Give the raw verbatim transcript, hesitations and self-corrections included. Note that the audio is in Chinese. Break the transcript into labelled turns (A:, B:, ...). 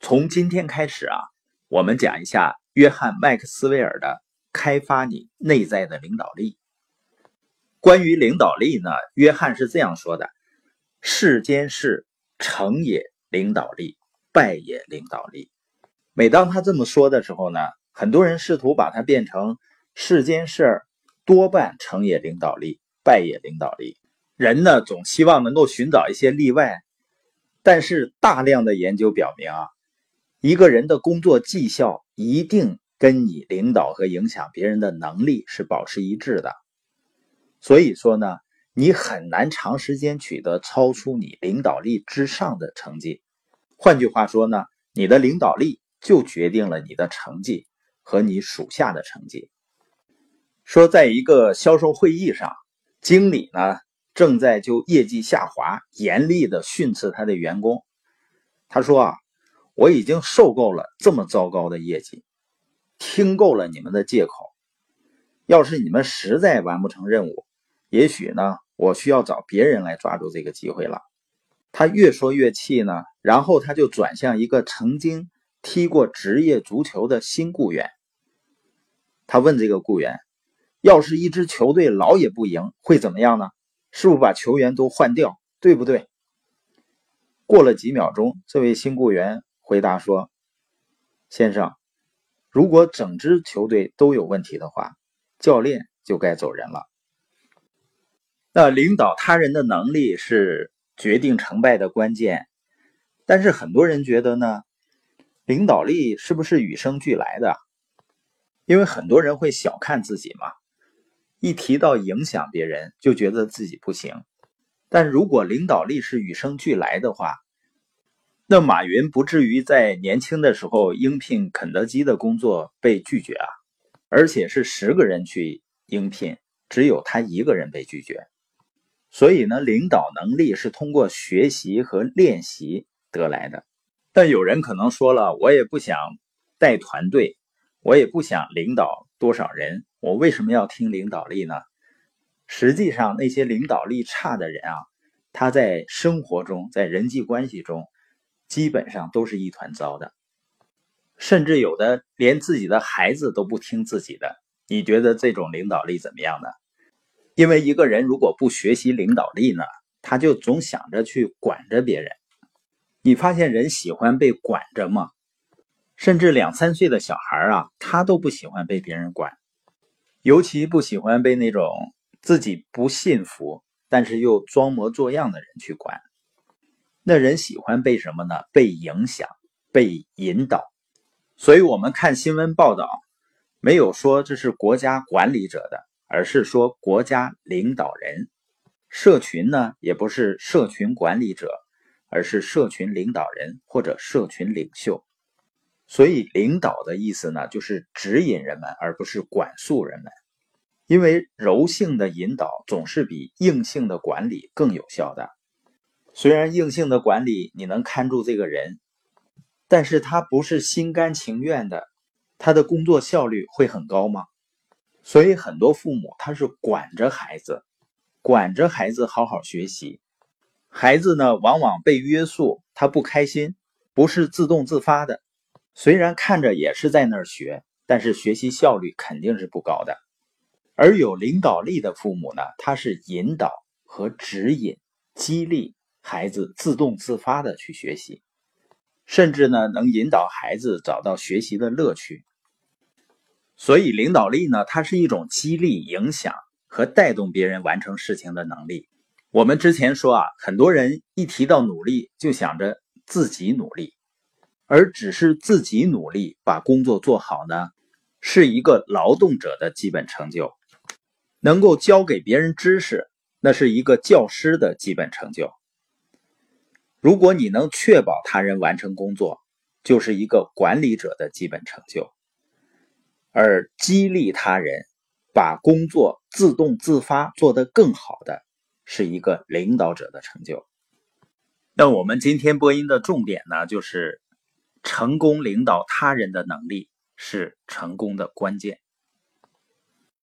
A: 从今天开始啊，我们讲一下约翰·麦克斯韦尔的开发你内在的领导力。关于领导力呢，约翰是这样说的：世间事，成也领导力，败也领导力。每当他这么说的时候呢，很多人试图把它变成世间事多半成也领导力，败也领导力。人呢，总希望能够寻找一些例外，但是大量的研究表明啊，一个人的工作绩效一定跟你领导和影响别人的能力是保持一致的。所以说呢，你很难长时间取得超出你领导力之上的成绩。换句话说呢，你的领导力就决定了你的成绩和你属下的成绩。说在一个销售会议上，经理呢正在就业绩下滑严厉地训斥他的员工。他说啊，我已经受够了这么糟糕的业绩，听够了你们的借口。要是你们实在完不成任务，也许呢，我需要找别人来抓住这个机会了。他越说越气呢，然后他就转向一个曾经踢过职业足球的新雇员。他问这个雇员，要是一支球队老也不赢，会怎么样呢？是不是把球员都换掉，对不对？过了几秒钟，这位新雇员回答说，先生，如果整支球队都有问题的话，教练就该走人了。那领导他人的能力是决定成败的关键，但是很多人觉得呢，领导力是不是与生俱来的？因为很多人会小看自己嘛，一提到影响别人就觉得自己不行。但如果领导力是与生俱来的话，那马云不至于在年轻的时候应聘肯德基的工作被拒绝啊，而且是十个人去应聘，只有他一个人被拒绝。所以呢，领导能力是通过学习和练习得来的。但有人可能说了，我也不想带团队，我也不想领导多少人，我为什么要听领导力呢？实际上那些领导力差的人啊，他在生活中，在人际关系中基本上都是一团糟的，甚至有的连自己的孩子都不听自己的。你觉得这种领导力怎么样呢？因为一个人如果不学习领导力呢，他就总想着去管着别人。你发现人喜欢被管着吗？甚至两三岁的小孩啊，他都不喜欢被别人管，尤其不喜欢被那种自己不信服但是又装模作样的人去管。那人喜欢被什么呢？被影响，被引导。所以我们看新闻报道，没有说这是国家管理者的，而是说国家领导人。社群呢，也不是社群管理者，而是社群领导人或者社群领袖。所以领导的意思呢，就是指引人们，而不是管束人们。因为柔性的引导总是比硬性的管理更有效的。虽然硬性的管理你能看住这个人，但是他不是心甘情愿的，他的工作效率会很高吗？所以很多父母他是管着孩子，管着孩子好好学习。孩子呢，往往被约束，他不开心，不是自动自发的。虽然看着也是在那儿学，但是学习效率肯定是不高的。而有领导力的父母呢，他是引导和指引，激励孩子自动自发的去学习，甚至呢，能引导孩子找到学习的乐趣。所以领导力呢，它是一种激励、影响和带动别人完成事情的能力。我们之前说啊，很多人一提到努力就想着自己努力，而只是自己努力把工作做好呢，是一个劳动者的基本成就。能够教给别人知识，那是一个教师的基本成就。如果你能确保他人完成工作，就是一个管理者的基本成就。而激励他人把工作自动自发做得更好的，是一个领导者的成就。那我们今天播音的重点呢，就是成功领导他人的能力是成功的关键。